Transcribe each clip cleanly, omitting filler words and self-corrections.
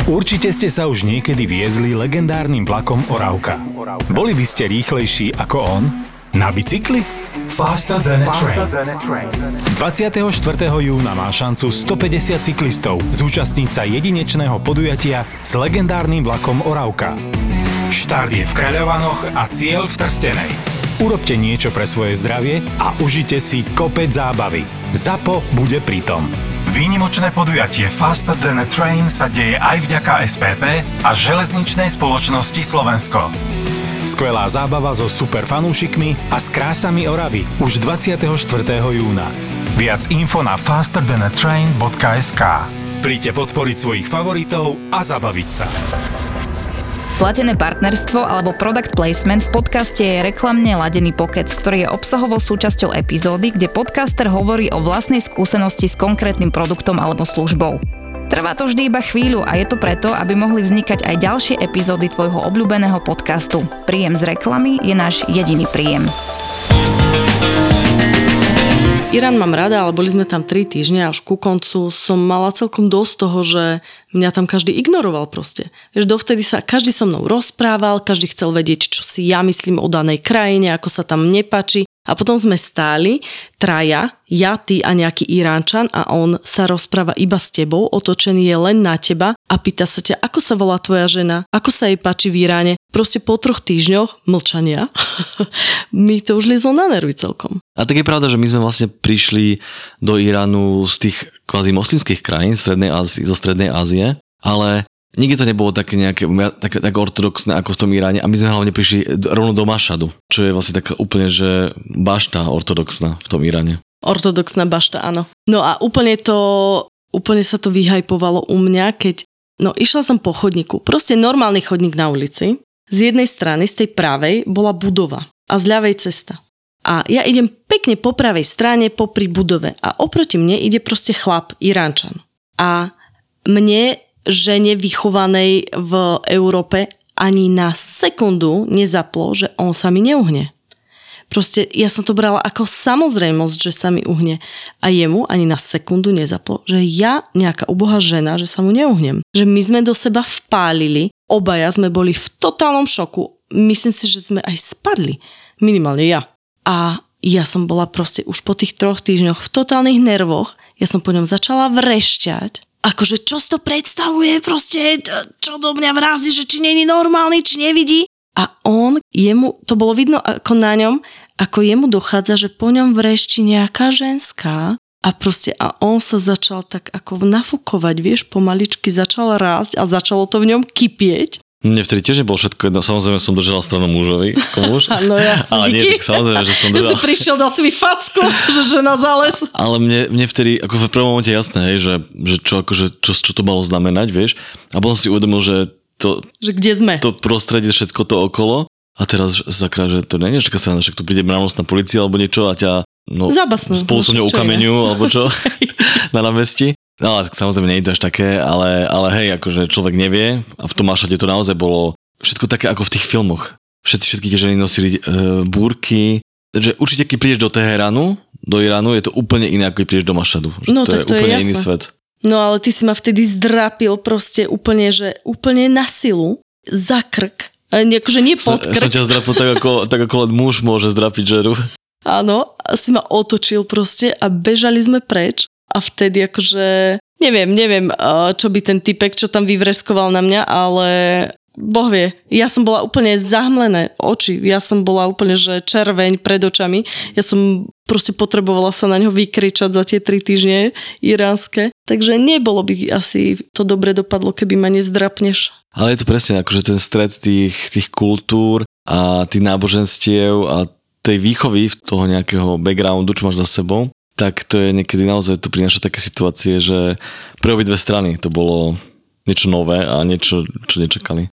Určite ste sa už niekedy viezli legendárnym vlakom Oravka. Boli by ste rýchlejší ako on? Na bicykli? Faster than a train. 24. júna má šancu 150 cyklistov zúčastniť sa jedinečného podujatia s legendárnym vlakom Oravka. Štart je v Kráľovanoch a cieľ v Trstenej. Urobte niečo pre svoje zdravie a užite si kopec zábavy. ZAPO bude pritom. Výnimočné podujatie Faster than a Train sa deje aj vďaka SPP a Železničnej spoločnosti Slovensko. Skvelá zábava so super fanúšikmi a s krásami Oravy už 24. júna. Viac info na fasterthanatrain.sk. Príďte podporiť svojich favoritov a zabaviť sa. Platené partnerstvo alebo product placement v podcaste je reklamne ladený pokec, ktorý je obsahovou súčasťou epizódy, kde podcaster hovorí o vlastnej skúsenosti s konkrétnym produktom alebo službou. Trvá to vždy iba chvíľu a je to preto, aby mohli vznikať aj ďalšie epizódy tvojho obľúbeného podcastu. Príjem z reklamy je náš jediný príjem. Irán mám rada, ale boli sme tam 3 týždne a už ku koncu som mala celkom dosť toho, že mňa tam každý ignoroval proste. Vieš, dovtedy sa každý so mnou rozprával, každý chcel vedieť, čo si ja myslím o danej krajine, ako sa tam nepáči. A potom sme stáli, traja, ja, ty a nejaký Iránčan a on sa rozpráva iba s tebou, otočený je len na teba a pýta sa ťa, ako sa volá tvoja žena, ako sa jej páči v Iráne. Proste po 3 týždňoch mlčania mi to už liezlo na nervy celkom. A tak je pravda, že my sme vlastne prišli do Iránu z tých kvázi moslimských krajín zo Strednej Ázie, ale nikdy to nebolo také nejaké tak ortodoxné ako v tom Iráne a my sme hlavne prišli rovno do Mašadu, čo je vlastne taká úplne, že bašta ortodoxná v tom Iráne. Ortodoxná bašta, áno. No a úplne sa to vyhajpovalo u mňa, keď išla som po chodníku, proste normálny chodník na ulici. Z jednej strany, z tej pravej, bola budova a z ľavej cesta. A ja idem pekne po pravej strane, popri budove a oproti mne ide proste chlap, Iránčan. A mne, žene vychovanej v Európe, ani na sekundu nezaplo, že on sa mi neuhne. Proste ja som to brala ako samozrejmosť, že sa mi uhne. A jemu ani na sekundu nezaplo, že ja, nejaká ubohá žena, že sa mu neuhnem. Že my sme do seba vpálili, obaja sme boli v totálnom šoku. Myslím si, že sme aj spadli. Minimálne ja. A ja som bola proste už po tých 3 týždňoch v totálnych nervoch. Ja som po ňom začala vrešťať. Akože čo si to predstavuje proste, čo do mňa vrazí, že či nie je normálny, či nevidí. A jemu, to bolo vidno ako na ňom, ako jemu dochádza, že po ňom vrešti nejaká ženská a on sa začal tak ako nafúkovať, vieš, pomaličky začal rásť a začalo to v ňom kypieť. Mne vtedy tiež nebolo všetko jedno, samozrejme som držala stranu mužovi, ako muž. Áno, jasne, ale díky. Nie, tak samozrejme, že som držala. Že si prišiel, dal si mi facku, že žena zales. Ale mne vtedy, ako v prvom momente jasné, hej, že čo to malo znamenať, vieš. A potom si uvedomil, že kde sme? To prostredie, všetko to okolo. A teraz zakrát, že to nie je taká strana, že tu príde mravnostná polícia alebo niečo a ťa spolu so mňou ukameňujú alebo čo na námestí. No ale samozrejme nie je to až také, ale hej, akože človek nevie a v tom Mašade to naozaj bolo všetko také ako v tých filmoch. Všetky tie ženy nosili búrky, že určite keď prídeš do Teheránu, do Iránu, je to úplne iné ako keď prídeš do Mašadu. No to tak to je úplne jasné. Iný svet. No ale ty si ma vtedy zdrapil proste úplne na silu, za krk. Akože nie pod krk. Som ťa zdrapil tak ako len muž môže zdrapiť ženu. Áno, si ma otočil proste a bežali sme preč. A vtedy akože, neviem, čo by ten typek, čo tam vyvreskoval na mňa, ale Boh vie. Ja som bola úplne zahmlené oči. Ja som bola úplne, že červeň pred očami. Ja som proste potrebovala sa na ňo vykričať za tie 3 týždne iránske. Takže nebolo by asi to dobre dopadlo, keby ma nezdrapneš. Ale je to presne akože ten stred tých kultúr a tých náboženstiev a tej výchovy toho nejakého backgroundu, čo máš za sebou, tak to je niekedy naozaj, to prináša také situácie, že pre obidve strany to bolo niečo nové a niečo, čo nečakali.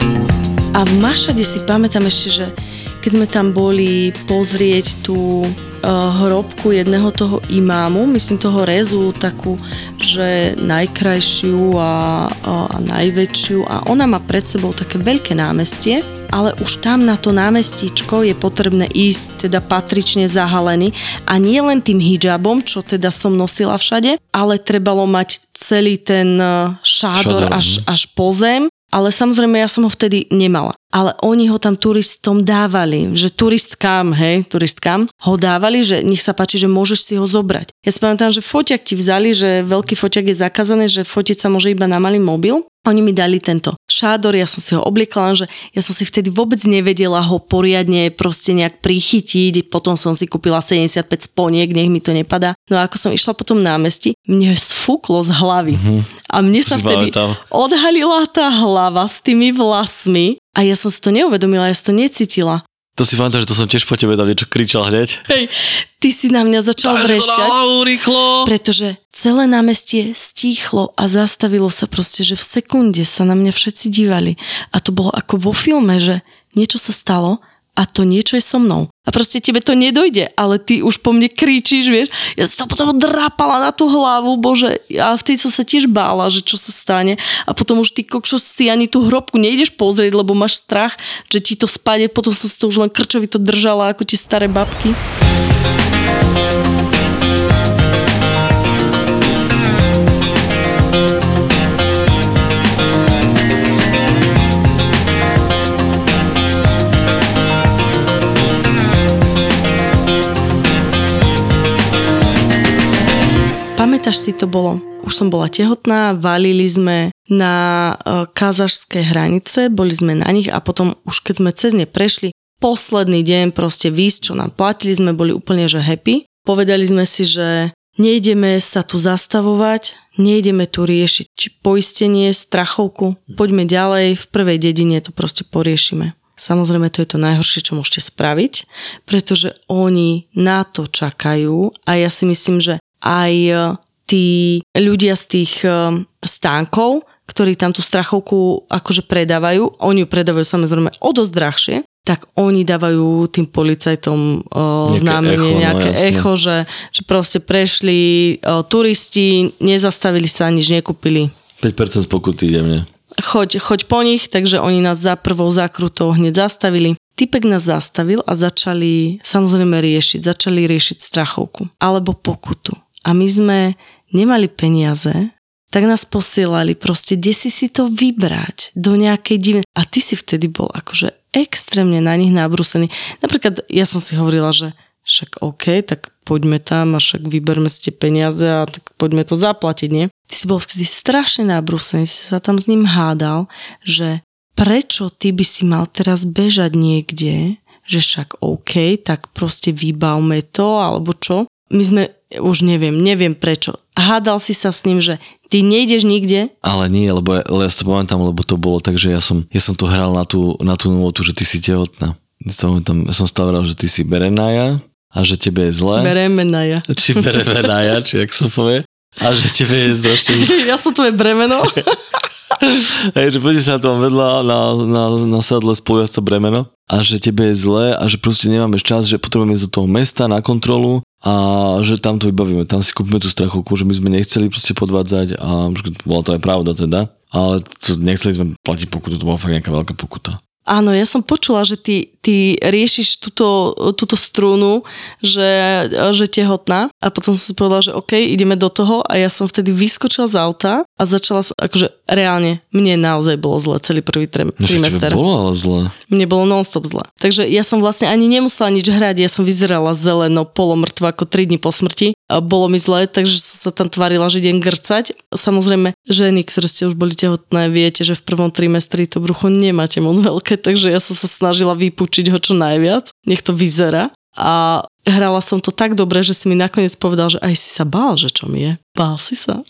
A v Mašade si pamätám ešte, že keď sme tam boli pozrieť tú hrobku jedného toho imámu, myslím toho rezu, takú, že najkrajšiu a najväčšiu a ona má pred sebou také veľké námestie, ale už tam na to námestíčko je potrebné ísť teda patrične zahalený a nie len tým hijabom, čo teda som nosila všade, ale trebalo mať celý ten šádor až po zem. Ale samozrejme, ja som ho vtedy nemala. Ale oni ho tam turistom dávali, že turistkám ho dávali, že nech sa páči, že môžeš si ho zobrať. Ja si pamätám, že foťak ti vzali, že veľký foťak je zakázané, že fotiť sa môže iba na malý mobil. Oni mi dali tento šádor, ja som si ho obliekla, že ja som si vtedy vôbec nevedela ho poriadne proste nejak prichytiť, potom som si kúpila 75 sponiek, nech mi to nepadá. No a ako som išla po tom námestí, mne sfúklo z hlavy. A mne sa vtedy odhalila tá hlava s tými vlasmi a ja som si to neuvedomila, ja som to necítila. To si pamätám, že to som tiež po tebe tam niečo kričal hneď. Hej, ty si na mňa začal vrešťať, pretože celé námestie stíchlo a zastavilo sa proste, že v sekunde sa na mňa všetci dívali. A to bolo ako vo filme, že niečo sa stalo a to niečo je so mnou. A proste tebe to nedojde, ale ty už po mne kričíš, vieš. Ja sa to potom drápala na tú hlavu, bože. A vtedy som sa tiež bála, že čo sa stane. A potom už ty kokšo si ani tú hrobku nejdeš pozrieť, lebo máš strach, že ti to spadne. Potom som si to už len krčovito držala, ako tie staré babky. Pamätáš si, to bolo, už som bola tehotná, valili sme na kazašské hranice, boli sme na nich a potom už keď sme cez ne prešli, posledný deň proste výsť, čo nám platili, sme boli úplne že happy. Povedali sme si, že nejdeme sa tu zastavovať, nejdeme tu riešiť poistenie, strachovku, poďme ďalej, v prvej dedine to proste poriešime. Samozrejme, to je to najhoršie, čo môžete spraviť, pretože oni na to čakajú a ja si myslím, že aj tí ľudia z tých stánkov, ktorí tam tú strachovku akože predávajú, oni ju predávajú samozrejme o dosť drahšie, tak oni dávajú tým policajtom známenie, nejaké echo, že proste prešli turisti, nezastavili sa, nič nekúpili. 5% z pokuty ide mne. Choď po nich, takže oni nás za prvou zákrutou hneď zastavili. Typek nás zastavil a začali samozrejme riešiť strachovku alebo pokutu. A my sme nemali peniaze, tak nás posielali proste, kde si to vybrať do nejakej divnej. A ty si vtedy bol akože extrémne na nich nabrúsený. Napríklad ja som si hovorila, že však OK, tak poďme tam a však vyberme si tie peniaze a tak poďme to zaplatiť, nie? Ty si bol vtedy strašne nabrúsený, si sa tam s ním hádal, že prečo ty by si mal teraz bežať niekde, že však OK, tak proste vybavme to, alebo čo? My sme, už neviem prečo. Hádal si sa s ním, že ty nejdeš nikde? Ale nie, lebo ja si to pamätám, lebo to bolo tak, že ja som to hral na tú notu, že ty si tehotná. Ja som stavral, že ty si berenája a že tebe je zle. Beremenája. Či beremenája, či jak sa povie. A že tebe je strašne zle. Ja som tvoje bremeno. Hej, že poďte sa tam vedľa na sadle spolujazca bremeno a že tebe je zle a že proste nemáme čas, že potrebujeme ísť do toho mesta na kontrolu a že tam to vybavíme, tam si kúpime tú strachovku, že my sme nechceli proste podvádzať a bola to aj pravda teda, ale nechceli sme platiť pokutu, to bola fakt nejaká veľká pokuta. Áno, ja som počula, že ty riešiš túto strúnu, že tehotná a potom som si povedala, že OK, ideme do toho a ja som vtedy vyskočila z auta a začala sa, akože reálne, mne naozaj bolo zle celý prvý trimester. No bolo ale zle. Mne bolo non-stop zle. Takže ja som vlastne ani nemusela nič hrať, ja som vyzerala zeleno, polomrtva ako 3 dni po smrti. A bolo mi zle, takže som sa tam tvarila, že idem grcať. Samozrejme, ženy, ktoré ste už boli tehotné, viete, že v prvom trimestri to brucho nemáte moc veľké, takže ja som sa snažila vypúčiť ho čo najviac. Nech to vyzerá. A hrala som to tak dobre, že si mi nakoniec povedal, že aj si sa bál, že čo mi je. Bál si sa?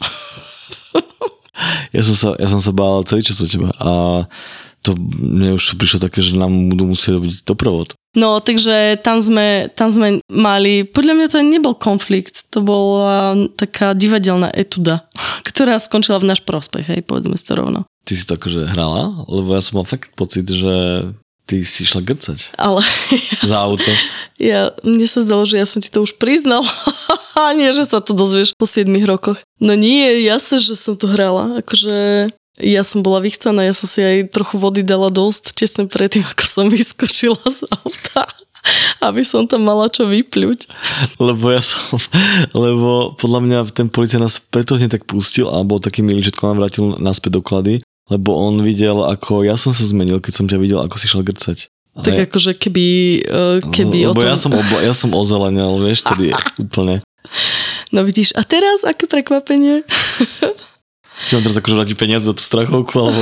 Ja som sa bál celý čas od teba a to mne už prišlo také, že nám budú musieť robiť doprovod. No, takže tam sme mali, podľa mňa to nebol konflikt, to bola taká divadelná etuda, ktorá skončila v náš prospech, hej, povedzme si to rovno. Ty si to akože hrala, lebo ja som mal fakt pocit, že ty si išla grcať. Ale za auto. Mne sa zdalo, že ja som ti to už priznal. A nie, že sa to dozvieš po 7 rokoch. No nie, jasne, že som to hrala. Akože ja som bola vychcaná, ja som si aj trochu vody dala dosť tesne predtým, ako som vyskočila z auta. Aby som tam mala čo vypľuť. Lebo podľa mňa ten policajt nás preto hneď tak pustil a bol taký milý, že nám vrátil naspäť doklady, lebo on videl, ako ja som sa zmenil, keď som ťa videl, ako si šel grcať. Tak akože keby lebo o tom... ja som ozelenel, vieš, tedy úplne. No vidíš, a teraz aké prekvapenie? Či mám teraz akože vrátiť peniaze za tú strachovku, alebo...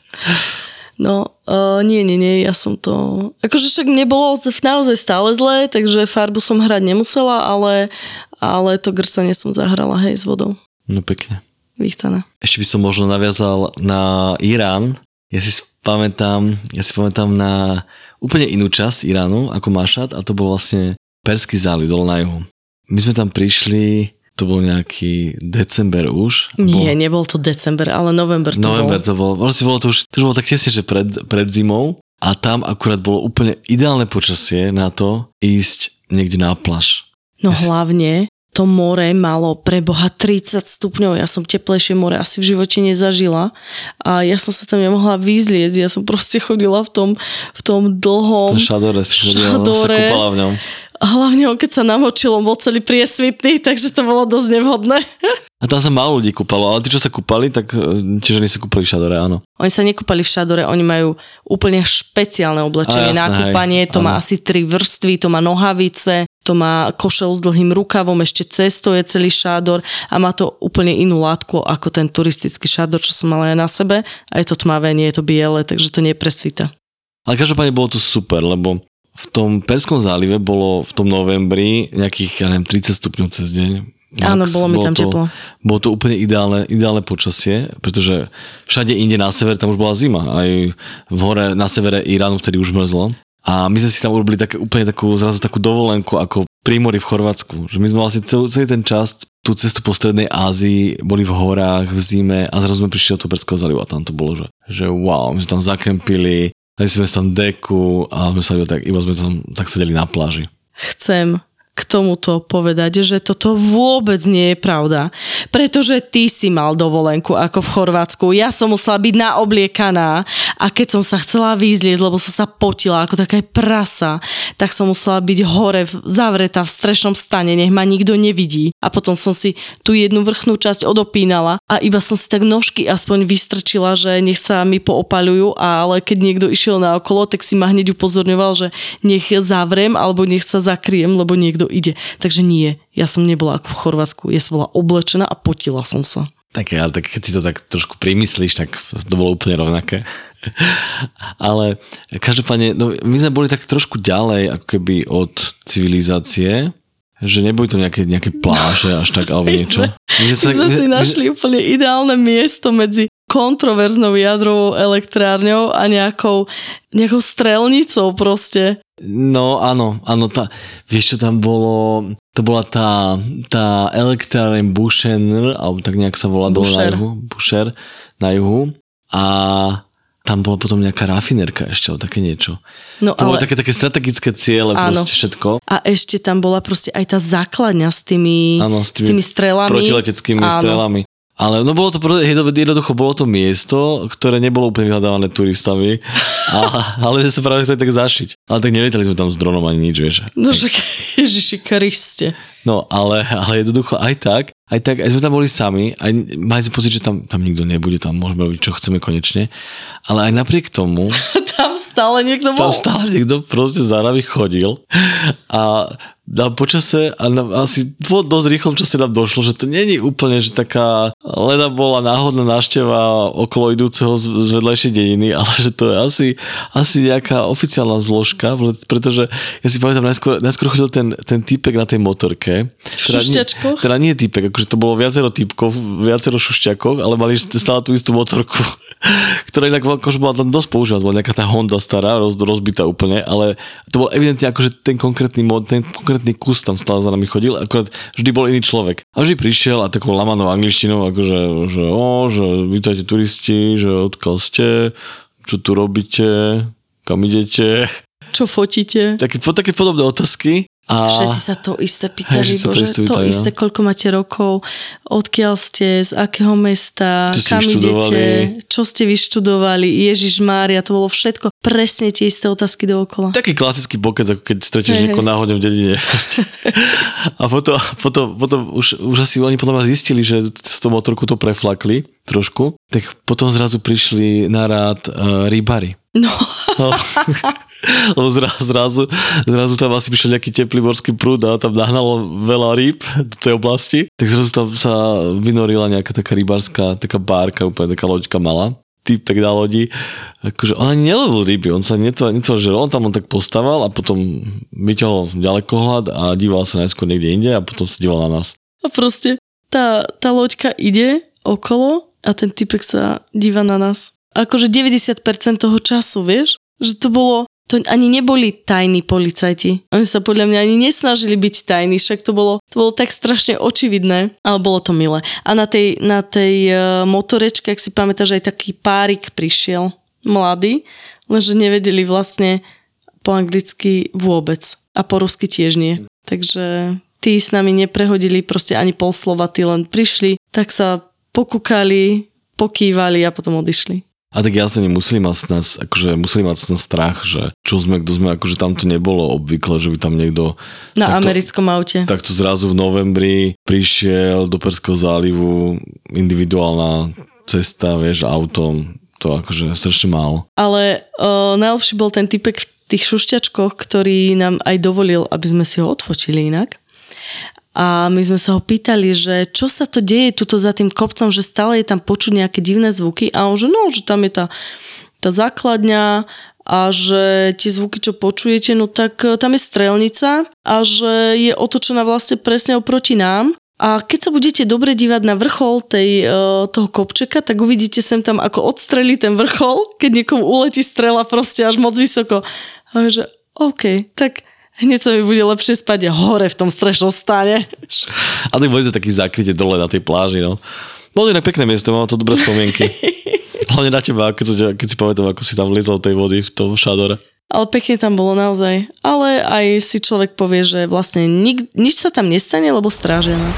No, nie, ja som to... Akože však nebolo naozaj stále zlé, takže farbu som hrať nemusela, ale to grcanie som zahrala, hej, s vodou. No pekne. Vychcaná. Ešte by som možno naviazal na Irán. Ja si pamätám na úplne inú časť Iránu, ako Mašhad, a to bol vlastne Perský záliv dole na juhu. My sme tam prišli... To bol nejaký december už. Nie, nebol to december, ale november to bol. November to bol. Vlastne bolo to už bolo tak tesne, že pred zimou a tam akurát bolo úplne ideálne počasie na to ísť niekde na pláž. No hlavne to more malo pre Boha 30 stupňov. Ja som teplejšie more asi v živote nezažila a ja som sa tam nemohla vyzliecť. Ja som proste chodila v tom dlhom... To šadore si chodila, sa kúpala v ňom. A hlavne on, keď sa namočil, on bol celý priesvitný, takže to bolo dosť nevhodné. A tam sa málo ľudí kúpalo, ale tí, čo sa kúpali, tak tie ženy sa kúpali v šadore, áno. Oni sa nekúpali v šadore, oni majú úplne špeciálne oblečenie na kúpanie, to má asi 3 vrstvy, to má nohavice, to má košelu s dlhým rukavom, ešte cez to je celý šádor a má to úplne inú látku ako ten turistický šádor, čo som mala aj na sebe. A je to tmavé, nie je to biele, takže to nepresvíta. Ale každopádne bolo to super, lebo v tom Perskom zálive bolo v tom novembri nejakých, 30 stupňov cez deň. Áno, bolo mi tam teplo. Bolo to úplne ideálne počasie, pretože všade inde na sever tam už bola zima. Aj v hore na severe Iránu vtedy už mrzlo. A my sme si tam urobili zrazu takú dovolenku ako pri mori v Chorvátsku. Že my sme vlastne celý ten čas tú cestu po Strednej Ázii boli v horách, v zime a zrazu sme prišli do toho Perského zálivu a tam to bolo, že wow, my sme tam zakempili. Dali sme tam deku a iba sme tam tak sedeli na pláži. Chcem k tomuto povedať, že toto vôbec nie je pravda. Pretože ty si mal dovolenku ako v Chorvátsku. Ja som musela byť naobliekaná a keď som sa chcela vyzliecť, lebo som sa potila ako taká prasa, tak som musela byť hore zavretá v strešnom stane, nech ma nikto nevidí. A potom som si tú jednu vrchnú časť odopínala a iba som si tak nožky aspoň vystrčila, že nech sa mi poopaľujú, ale keď niekto išiel naokolo, tak si ma hneď upozorňoval, že nech zavriem alebo nech sa zakriem, lebo niekto ide. Takže nie, ja som nebola ako v Chorvátsku, ja som bola oblečená a potila som sa. Tak keď si to tak trošku primyslíš, tak to bolo úplne rovnaké. Ale každopádne, my sme boli tak trošku ďalej ako keby od civilizácie, že neboli to nejaké pláže až tak, alebo niečo. My sme si našli úplne ideálne miesto medzi kontroverznou jadrovou elektrárňou a nejakou strelnicou proste. No áno, vieš čo tam bolo, to bola tá elektráreň Bushehr, alebo tak nejak sa volá dole na juhu, Bushehr na juhu a tam bola potom nejaká rafinerka ešte, také niečo. No, to bolo také strategické ciele, proste všetko. A ešte tam bola proste aj tá základňa s tými strelami. Protileteckými strelami. Ale bolo to jednoducho, bolo to miesto, ktoré nebolo úplne vyhľadávané turistami, ale sme sa práve chceli tak zašiť. Ale tak nelietali sme tam s dronom ani nič, vieš. No však, Ježiši Kriste. No, ale jednoducho aj tak sme tam boli sami, aj mali sme pocit, že tam nikto nebude, tam môžeme robiť, čo chceme konečne. Ale aj napriek tomu... Tam stále niekto bol. Tam stále niekto proste za nami chodil a na počase a asi po dosť rýchlom čase nám došlo, že to není úplne, že taká len bola náhodná návšteva okolo idúceho z vedľajšej dediny, ale že to je asi nejaká oficiálna zložka, pretože ja si pamätám, najskôr chodil ten týpek na tej motorke. Šušťačkoch? Teda nie týpek, akože to bolo viacero týpkov, viacero šušťakov, ale mali stále tú istú motorku, ktorá inak akože bola tam dosť používať, bola nejaká tá Honda stará, rozbitá úplne, ale to bol evidentne akože ten konkrétny kus tam stále za nami chodil, akorát vždy bol iný človek. A vždy prišiel a takou lamanou angličtinou, akože, že vítajte turisti, že odkiaľ ste, čo tu robíte, kam idete? Čo fotíte? Také podobné otázky. A všetci sa to isté pýtali, Bože, to isté, koľko máte rokov, odkiaľ ste, z akého mesta, kam idete, čo ste vyštudovali, Ježišmária, to bolo všetko, presne tie isté otázky dookola. Taký klasický pokec, ako keď stretíš niekoho náhodne v dedine. A potom už asi oni potom zistili, že z toho motorku to preflakli trošku, tak potom zrazu prišli na rád rybári. No. Lebo zrazu tam asi prišiel nejaký teplý morský prúd a tam nahnalo veľa rýb do tej oblasti. Tak zrazu tam sa vynorila nejaká taká rybárska, taká bárka, úplne taká loďka malá. Týpek na lodi. Akože on ani nelovil ryby, on sa netvožil, on tam tak postaval a potom vyťahol ďalekohľad a díval sa najskôr niekde inde a potom sa díval na nás. A proste tá loďka ide okolo a ten typek sa díva na nás. Akože 90% toho času, vieš? Že to ani neboli tajní policajti. Oni sa podľa mňa ani nesnažili byť tajní, však to bolo tak strašne očividné, ale bolo to milé. A na tej motorečke, ak si pamätáš, aj taký párik prišiel, mladý, lenže nevedeli vlastne po anglicky vôbec a po rusky tiež nie. Takže tí s nami neprehodili proste ani pol slova, tí len prišli, tak sa pokúkali, pokývali a potom odišli. A tak jasne museli mať strach, že čo sme, kto sme, akože tam to nebolo obvykle, že by tam niekto na americkom aute. Takto zrazu v novembri prišiel do Perského zálivu, individuálna cesta, vieš, autom, to akože strašne málo. Ale najlepší bol ten typek v tých šušťačkoch, ktorý nám aj dovolil, aby sme si ho odfotili inak. A my sme sa ho pýtali, že čo sa to deje tuto za tým kopcom, že stále je tam počuť nejaké divné zvuky a on, že že tam je tá základňa a že tie zvuky, čo počujete, no tak tam je strelnica a že je otočená vlastne presne oproti nám. A keď sa budete dobre dívať na vrchol toho kopčeka, tak uvidíte sem tam, ako odstrelí ten vrchol, keď niekomu uletí strela proste až moc vysoko. A že OK, tak hneď sa mi bude lepšie spať hore v tom strešnom stane. A tak boli to taký zakrytie dole na tej pláži, no. Bolo to inak pekné miesto, mám to dobré spomienky. Hlavne na teba, keď si pamätám, ako si tam vliezol tej vody v tom šadore. Ale pekne tam bolo naozaj. Ale aj si človek povie, že vlastne nič sa tam nestane, lebo strážia nás.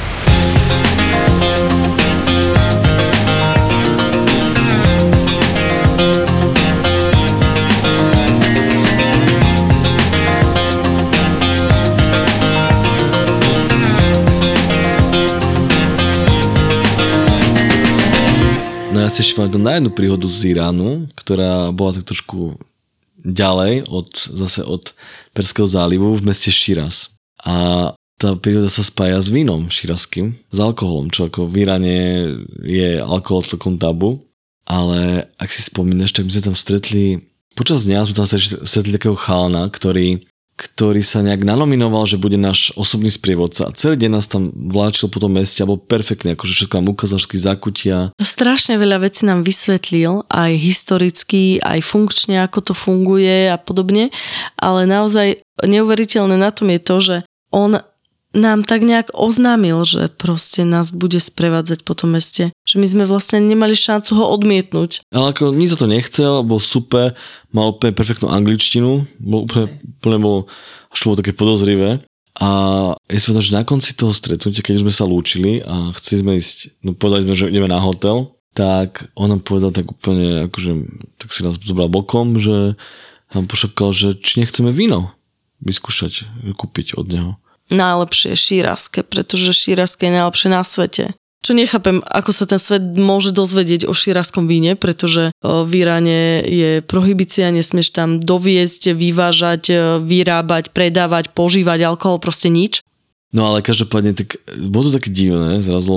No ja si ešte pamätám na jednu príhodu z Iránu, ktorá bola tak trošku ďalej od Perského zálivu v meste Širaz. A tá príhoda sa spája s vínom širazským, s alkoholom, čo ako v Iráne je alkohol celkom tabu. Ale ak si spomínaš, tak my sme tam stretli, počas dňa sme tam stretli takého chalana, ktorý sa nejak nanominoval, že bude náš osobný sprievodca. A celý deň nás tam vláčil po tom meste a bol perfektný, akože všetko nám ukázal, všetky zákutia. Strašne veľa vecí nám vysvetlil, aj historicky, aj funkčne, ako to funguje a podobne, ale naozaj neuveriteľné na tom je to, že on nám tak nejak oznámil, že proste nás bude sprevádzať po tom meste. Že my sme vlastne nemali šancu ho odmietnúť. Ale ako nič za to nechcel, bol super, mal úplne perfektnú angličtinu, úplne bol, až to bolo také podozrivé. A ja si povedal, že na konci toho stretnutia, keď sme sa lúčili a chceli sme ísť, no povedali sme, že ideme na hotel, tak on nám povedal tak úplne, akože, tak si nás zobral bokom, že nám pošepkal, že či nechceme víno vyskúšať, kúpiť od neho. Najlepšie širazské, pretože širazské je najlepšie na svete. Čo nechápem, ako sa ten svet môže dozvedieť o širazskom víne, pretože v Iráne je prohibícia, nesmieš tam doviesť, vyvážať, vyrábať, predávať, požívať alkohol, proste nič. No ale každopádne, tak bolo to také divné, zrazu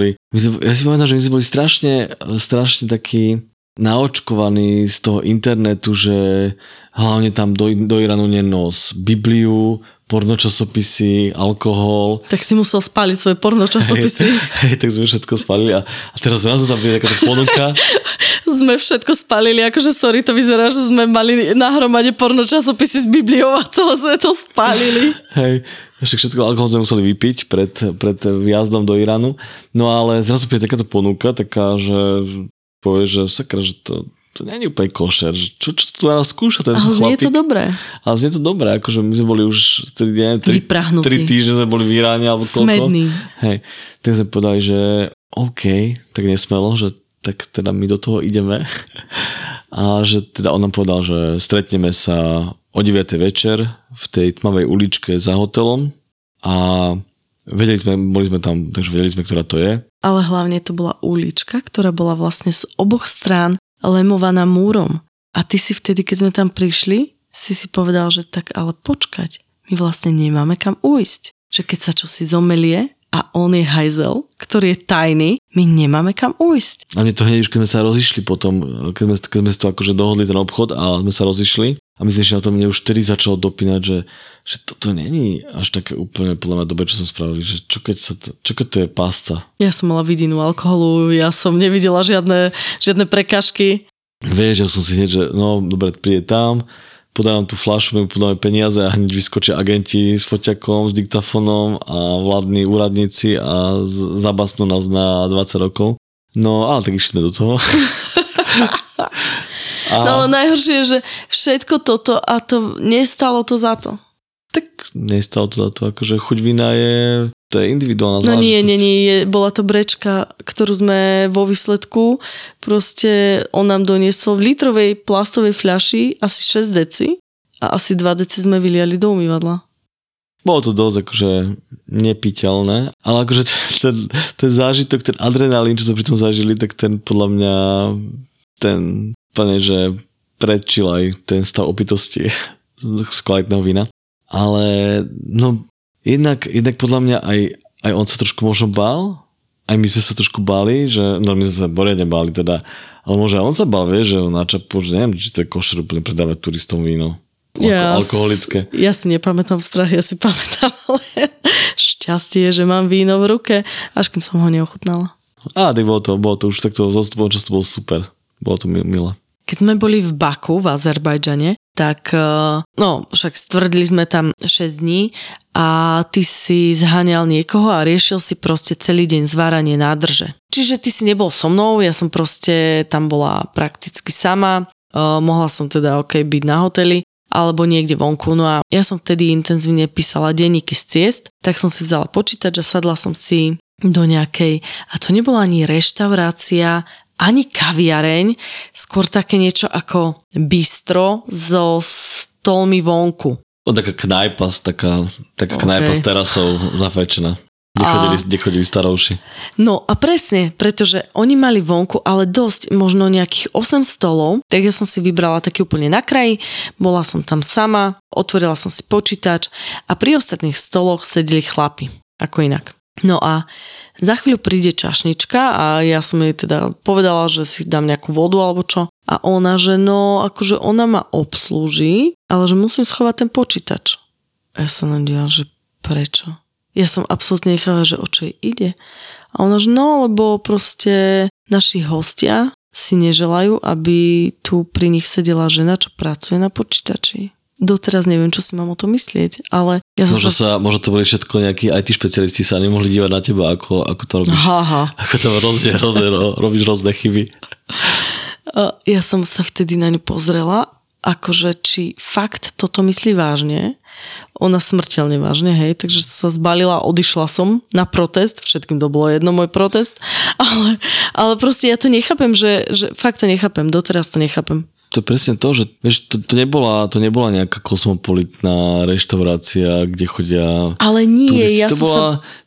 ja si pamätám, že my sme boli strašne takí naočkovaní z toho internetu, že hlavne tam do Iránu nenos Bibliu, pornočasopisy, alkohol. Tak si musel spáliť svoje pornočasopisy. Hej, tak sme všetko spálili a teraz zrazu tam bude takáto ponuka. Sme všetko spálili, akože sorry, to vyzerá, že sme mali na hromade pornočasopisy s Bibliou a celé sme to spálili. Hej, všetko alkohol sme museli vypiť pred výjazdom do Iránu. No ale zrazu bude takáto ponuka, taká, že povie, že sakra, že to to nie je úplne košer, čo tu nás skúša tento chlapík. Ale znie to dobré. Ale znie to dobré, akože my sme boli už 3 týždne sme boli v Iráne, alebo koľko. Smedný. Hej, tak sme povedali, že OK, tak nesmelo, že tak teda my do toho ideme. A že teda on nám povedal, že stretneme sa o 9. večer v tej tmavej uličke za hotelom a boli sme tam, takže vedeli sme, ktorá to je. Ale hlavne to bola ulička, ktorá bola vlastne z oboch strán lemovaná múrom. A ty si vtedy, keď sme tam prišli, si povedal, že tak ale počkať, my vlastne nemáme kam ujsť. Že keď sa čosi zomelie a on je hajzel, ktorý je tajný, my nemáme kam ujsť. A mne to hneď už, keď sme sa rozišli potom, keď sme si to akože dohodli ten obchod a sme sa rozišli a myslím, že na to mne už vtedy začalo dopínať, že toto není až také úplne podľa mňa dobre, čo som spravili, že čo keď to je pásca. Ja som mala vidinu alkoholu, ja som nevidela žiadne prekážky. Vieš, ja som si hneď, že no dobre, príde tam, podávam tú fľašu, my podáme peniaze a hneď vyskočia agenti s foťakom, s diktafónom a vládni úradníci a zabasnú nás na 20 rokov. No, ale tak išli sme do toho. No ale najhoršie je, že všetko toto a to nestalo to za to. Tak nestalo to za to, akože chuť vína to je individuálna záležitosť. No nie, bola to brečka, ktorú sme vo výsledku, proste on nám doniesol v litrovej plastovej fľaši asi 6 deci a asi 2 deci sme vyliali do umývadla. Bolo to dosť akože nepiteľné, ale akože ten zážitok, ten adrenalín, čo sme pri tom zažili, tak ten podľa mňa ten úplne, že predčil aj ten stav opitosti z kvalitného vína. Ale no jednak podľa mňa aj on sa trošku možno bál, aj my sme sa trošku báli, že no my sme sa poriadne báli teda, ale možno aj on sa bál, vieš, že na Čapu, že neviem, či to je košer úplne predávať turistom víno. Alkoholické. Ja si nepamätám strach, ja si pamätám, ale šťastie, že mám víno v ruke, až kým som ho neochutnala. Tak bolo to už takto z odstupom času bolo super. Bolo to milé. Keď sme boli v Baku, v Azerbajdžane, tak však stvrdli sme tam 6 dní a ty si zháňal niekoho a riešil si proste celý deň zváranie nádrže. Čiže ty si nebol so mnou, ja som proste tam bola prakticky sama, mohla som teda byť na hoteli alebo niekde vonku, no a ja som vtedy intenzívne písala denníky z ciest, tak som si vzala počítač a sadla som si do nejakej, a to nebola ani reštaurácia, ani kaviareň, skôr také niečo ako bistro so stolmi vonku. Taká knajpa, taká knajpa s terasou zafajčená, kde chodili starouši. No a presne, pretože oni mali vonku, ale dosť, možno nejakých 8 stolov, tak ja som si vybrala taký úplne na kraji, bola som tam sama, otvorila som si počítač a pri ostatných stoloch sedeli chlapi, ako inak. No a za chvíľu príde čašnička a ja som jej teda povedala, že si dám nejakú vodu alebo čo. A ona, že no, akože ona ma obslúži, ale že musím schovať ten počítač. A ja sa len dívala, že prečo? Ja som absolútne nechala, že o čo jej ide. A ona, že no, lebo proste naši hostia si neželajú, aby tu pri nich sedela žena, čo pracuje na počítači. Doteraz neviem, čo si mám o tom myslieť, ale ja Možno to boli všetko nejakí IT špecialisti sa nemohli dívať na teba, ako to robíš. Ako to robíš rôzne chyby. Ja som sa vtedy na ňu pozrela, akože či fakt toto myslí vážne. Ona smrteľne vážne, hej, takže sa zbalila, odišla som na protest, všetkým to bolo jedno, môj protest, ale proste ja to nechápem, že fakt to nechápem, doteraz to nechápem. To je presne to, že vieš, to nebola nejaká kosmopolitná reštaurácia, kde chodia ale nie, turisti. ja to bola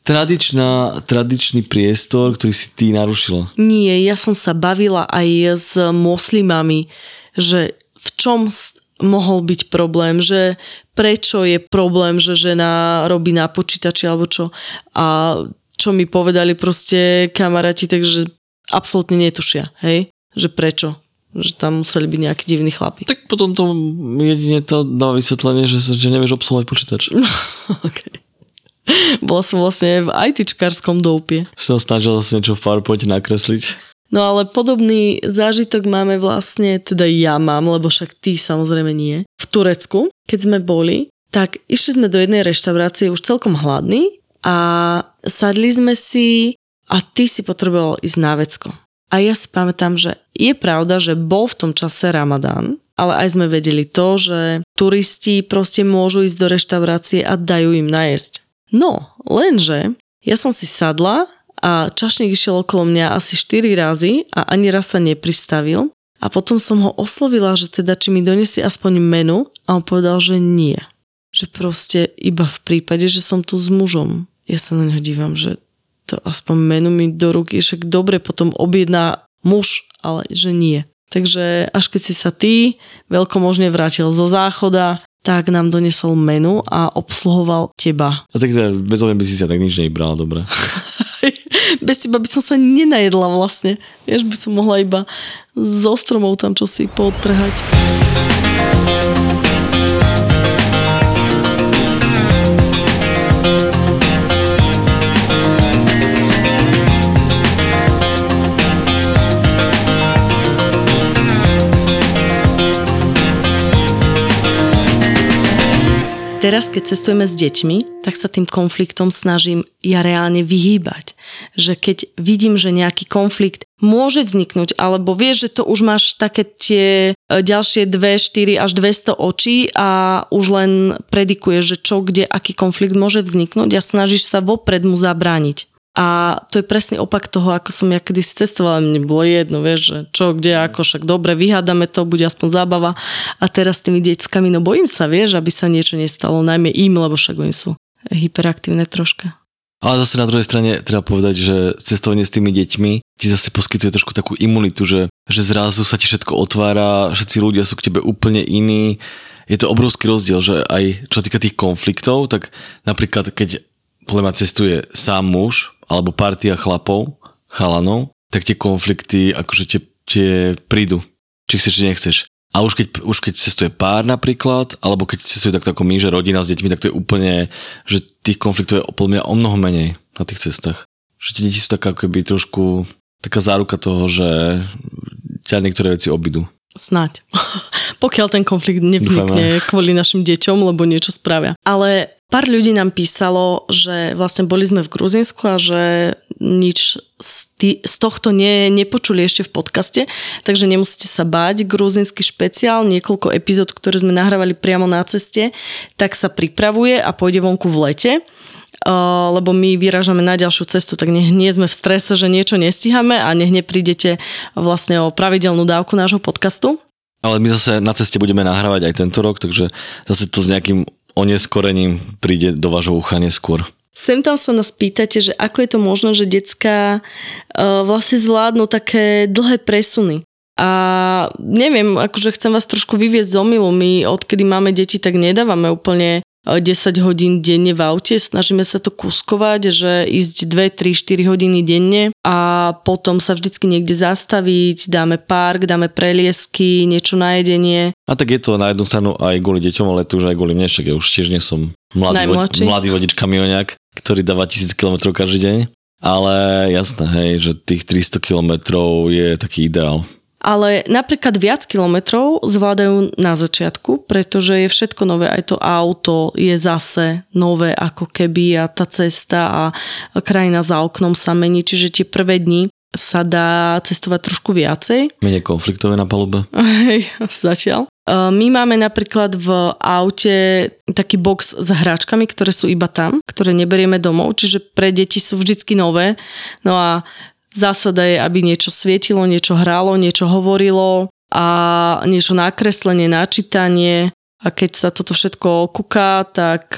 tradičný priestor, ktorý si ty narušila. Nie, ja som sa bavila aj s moslimami, že v čom mohol byť problém, že prečo je problém, že žena robí na počítači alebo čo. A čo mi povedali proste kamaráti, takže absolútne netušia, hej, že prečo. Že tam museli byť nejakí divní chlapi. Tak potom to jedine to dáva vysvetlenie, že nevieš obsluhovať počítač. Okay. Bola som vlastne v ITčkarskom doupie. Že som snažil zase niečo v PowerPointe nakresliť. No ale podobný zážitok máme vlastne, teda ja mám, lebo však ty samozrejme nie. V Turecku, keď sme boli, tak išli sme do jednej reštaurácie už celkom hladní a sadli sme si a ty si potreboval ísť na vecko. A ja si pamätám, že je pravda, že bol v tom čase Ramadán, ale aj sme vedeli to, že turisti proste môžu ísť do reštaurácie a dajú im najesť. No, lenže ja som si sadla a čašník išiel okolo mňa asi 4 razy a ani raz sa nepristavil. A potom som ho oslovila, že teda či mi donesie aspoň menu a on povedal, že nie. Že proste iba v prípade, že som tu s mužom. Ja sa na neho dívam, že to aspoň menu mi do ruky, však dobre potom objedná muž, ale že nie. Takže až keď si sa ty veľkomožne vrátil zo záchoda, tak nám donesol menu a obsluhoval teba. A takže bez mňa by si sa tak nič nebrala, dobre. Bez teba by som sa nenajedla vlastne. Vieš, by som mohla iba so stromov tam čosi poodtrhať. Teraz, keď cestujeme s deťmi, tak sa tým konfliktom snažím ja reálne vyhýbať. Že keď vidím, že nejaký konflikt môže vzniknúť, alebo vieš, že to už máš také tie ďalšie 2, 4 až 200 očí a už len predikuješ, že čo, kde, aký konflikt môže vzniknúť a snažíš sa vopred mu zabrániť. A to je presne opak toho, ako som ja kedysi cestovala. Mne bolo jedno, vieš, že čo, kde, ako, však dobre, vyhádame to, bude aspoň zábava. A teraz s tými deckami, no bojím sa, vieš, aby sa niečo nestalo, najmä im, lebo však oni sú hyperaktívne troška. Ale zase na druhej strane treba povedať, že cestovanie s tými deťmi ti zase poskytuje trošku takú imunitu, že zrazu sa ti všetko otvára, všetci ľudia sú k tebe úplne iní. Je to obrovský rozdiel, že aj čo týka tých konfliktov, tak napríklad keď podľa mňa cestuje sám muž alebo partia chlapov, chalanov, tak tie konflikty akože tie prídu, či chceš, či nechceš. A už keď cestuje pár napríklad, alebo keď cestuje takto ako my, že rodina s deťmi, tak to je úplne, že tých konfliktov je podľa mňa o mnoho menej na tých cestách. Že tie deti sú taká akoby trošku taká záruka toho, že ťa niektoré veci obidú. Snáď. Pokiaľ ten konflikt nevznikne kvôli našim deťom, lebo niečo spravia. Ale pár ľudí nám písalo, že vlastne boli sme v Gruzínsku a že nič z tohto nepočuli ešte v podcaste, takže nemusíte sa báť. Gruzínsky špeciál, niekoľko epizód, ktoré sme nahrávali priamo na ceste, tak sa pripravuje a pôjde vonku v lete. Lebo my vyrážame na ďalšiu cestu, tak nech nie sme v strese, že niečo nestíhame a nech neprídete vlastne o pravidelnú dávku nášho podcastu. Ale my zase na ceste budeme nahrávať aj tento rok, takže zase to s nejakým oneskorením príde do vášho ucha neskôr. Sem tam sa nás pýtate, že ako je to možné, že decká vlastne zvládnu také dlhé presuny. A neviem, akože chcem vás trošku vyviesť z omylu. My odkedy máme deti, tak nedávame úplne 10 hodín denne v aute, snažíme sa to kuskovať, že ísť 2, 3, 4 hodiny denne a potom sa vždycky niekde zastaviť, dáme park, dáme preliesky, niečo na jedenie. A tak je to na jednu stranu aj kvôli deťom, ale to už aj kvôli mne, však ja už tiež nie som mladý vodič kamioniak, ktorý dáva 1000 km každý deň, ale jasné, hej, že tých 300 km je taký ideál. Ale napríklad viac kilometrov zvládajú na začiatku, pretože je všetko nové, aj to auto je zase nové ako keby a tá cesta a krajina za oknom sa mení, čiže tie prvé dni sa dá cestovať trošku viacej. Menej konfliktové na palube. Zatiaľ. My máme napríklad v aute taký box s hráčkami, ktoré sú iba tam, ktoré neberieme domov, čiže pre deti sú vždycky nové. No a zásada je, aby niečo svietilo, niečo hrálo, niečo hovorilo a niečo nakreslenie, načítanie. A keď sa toto všetko kúka, tak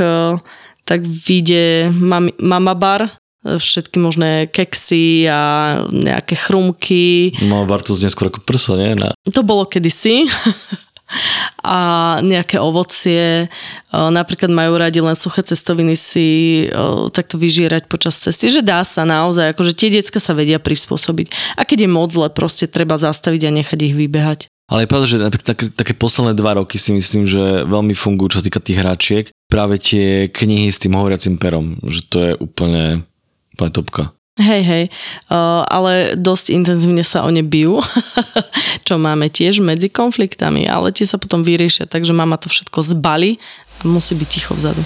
vyjde mama bar, všetky možné keksy a nejaké chrumky. Mama bar to znie skôr ako prso, nie? To bolo kedysi. A nejaké ovocie, napríklad majú radi len suché cestoviny si takto vyžierať počas cesty, že dá sa naozaj, akože tie decka sa vedia prispôsobiť. A keď je moc zle, proste treba zastaviť a nechať ich vybehať. Ale je pravda, že také posledné 2 roky si myslím, že veľmi fungujú, čo týka tých hračiek, práve tie knihy s tým hovoriacim perom, že to je úplne topka. Hej, ale dosť intenzívne sa o ne bijú, čo máme tiež medzi konfliktami, ale tie sa potom vyriešia, takže mama to všetko zbalí a musí byť ticho vzadu.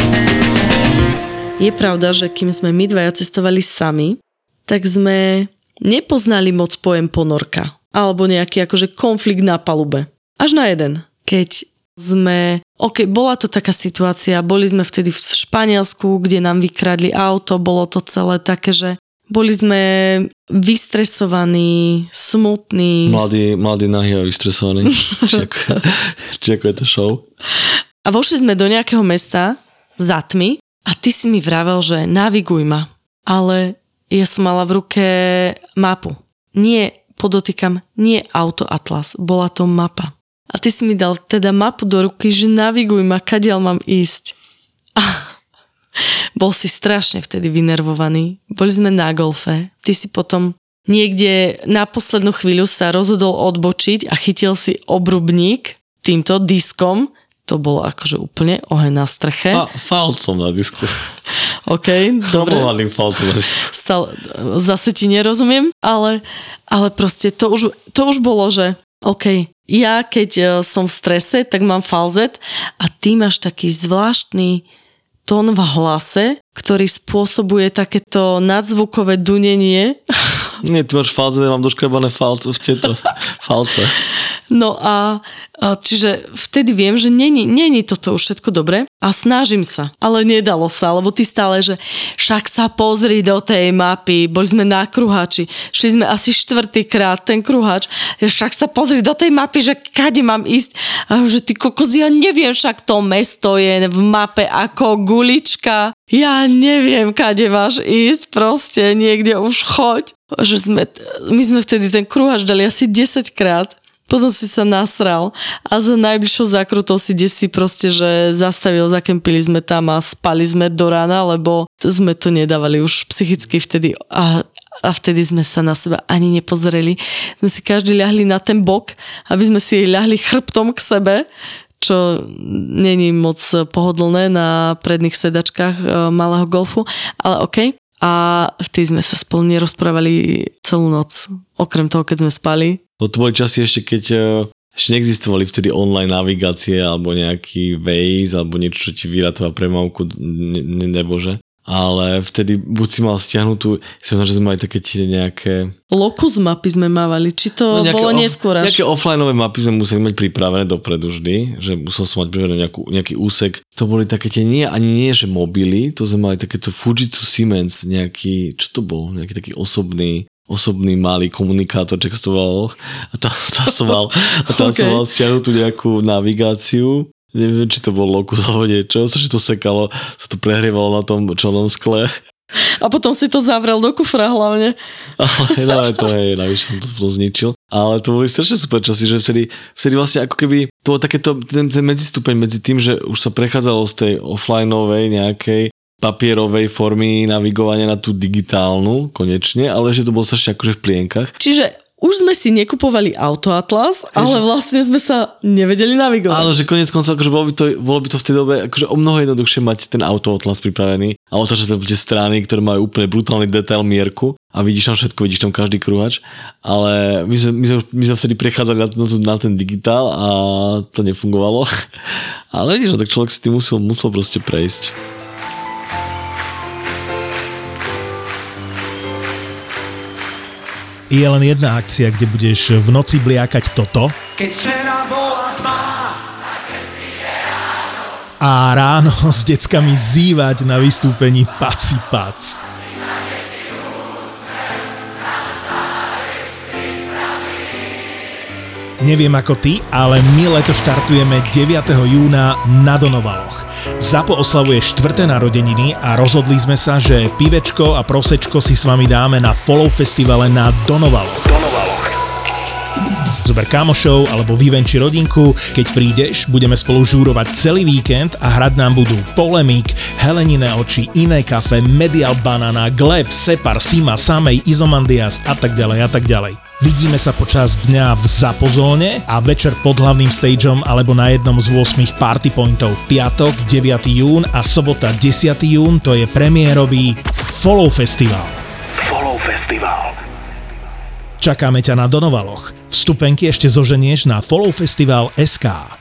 Je pravda, že kým sme my dvaja cestovali sami, tak sme nepoznali moc pojem ponorka alebo nejaký akože konflikt na palube. Až na jeden. Keď sme... bola to taká situácia, boli sme vtedy v Španielsku, kde nám vykradli auto, bolo to celé také, že boli sme vystresovaní, smutní. Mladí nahý a vystresovaní. Či ako je to show. A vošli sme do nejakého mesta za tmy a ty si mi vravel, že naviguj ma. Ale ja som mala v ruke mapu. Podotýkam, nie autoatlas, bola to mapa. A ty si mi dal teda mapu do ruky, že naviguj ma, kadiaľ mám ísť. Bol si strašne vtedy vynervovaný. Boli sme na golfe. Ty si potom niekde na poslednú chvíľu sa rozhodol odbočiť a chytil si obrubník týmto diskom. To bolo akože úplne oheň na streche. Falcom na disku. OK, dobre. Chromovaným falcom na disku. Zase ti nerozumiem, ale proste to už bolo, že OK, ja keď som v strese, tak mám falzet a ty máš taký zvláštny tón v hlase, ktorý spôsobuje takéto nadzvukové dunenie. Nie, ty máš falzet, ja mám doškrabané falce v tieto falce. No a čiže vtedy viem, že není toto už všetko dobre a snažím sa, ale nedalo sa, lebo ty stále, že však sa pozri do tej mapy, boli sme na kruhači, šli sme asi 4-krát ten kruhač, však sa pozri do tej mapy, že kade mám ísť, a že ty kokos, ja neviem, však to mesto je v mape ako gulička, ja neviem, kade máš ísť, proste niekde už choď. Že my sme vtedy ten kruhač dali asi 10-krát. Potom si sa nasral a za najbližšou zákrutou si desi proste, že zastavil, zakempili sme tam a spali sme do rána, lebo sme to nedávali už psychicky vtedy a vtedy sme sa na seba ani nepozreli. Sme si každý ľahli na ten bok, aby sme si ľahli chrbtom k sebe, čo není moc pohodlné na predných sedačkách malého golfu, ale okej. A vtedy sme sa spolu nerozprávali celú noc, okrem toho, keď sme spali. To boli časy ešte, keď ešte neexistovali vtedy online navigácie alebo nejaký Waze alebo niečo, čo ti vyratová premávku, nebože. Ale vtedy buď si mal stiahnutú, že sme mali také nejaké... Locus mapy sme mávali, či to bolo neskôr až? Nejaké offlineové mapy sme museli mať pripravené dopredu vždy, že musel som mať pripravené nejaký úsek. To boli také tie nie, že mobily, to sme mali takéto Fujitsu Siemens, nejaký, čo to bol? Nejaký taký osobný malý komunikátor, čo to bolo. A tam som mal stiahnutú nejakú navigáciu. Neviem, či to bol Locus alebo niečo, že to sekalo, sa to prehrievalo na tom čelnom skle. A potom si to zavrel do kufra hlavne. Ale to je, navyše som to zničil. Ale to boli strašne super časy, že vtedy vlastne ako keby to bolo takéto ten medzistupeň medzi tým, že už sa prechádzalo z tej offlineovej nejakej papierovej formy navigovania na tú digitálnu konečne, ale že to bolo strašne akože v plienkach. Čiže už sme si nekupovali autoatlas, ale vlastne sme sa nevedeli navigovať. Áno, že koniec koncov, akože bolo by to v tej dobe akože o mnoho jednoduchšie mať ten autoatlas pripravený a otáčať tam tie strany, ktoré majú úplne brutálny detail, mierku a vidíš tam všetko, vidíš tam každý kruhač, ale my sme vtedy prechádzali na ten digitál a to nefungovalo. Ale vidíš, tak človek si tým musel proste prejsť. Je len jedna akcia, kde budeš v noci bliakať toto. Keď včera bola tma a ráno s deckami zývať na vystúpení Paci Pac. Neviem ako ty, ale my leto štartujeme 9. júna na Donovaloch. ZAPO oslavuje 4. narodeniny a rozhodli sme sa, že pivečko a prosečko si s vami dáme na Follow festivale na Donovaloch. Zober kamošov alebo vyvenči rodinku, keď prídeš, budeme spolu žúrovať celý víkend a hrať nám budú Polemik, Heleniné oči, Iné kafe, Medial Banana, Gleb, Separ, Sima, Samej, Izomandias a tak ďalej a tak ďalej. Vidíme sa počas dňa v Zapozóne a večer pod hlavným stageom alebo na jednom z 8 party pointov. Piatok 9. jún a sobota 10. jún to je premiérový Follow Festival. Čakáme ťa na Donovaloch. Vstupenky ešte zoženieš na followfestival.sk.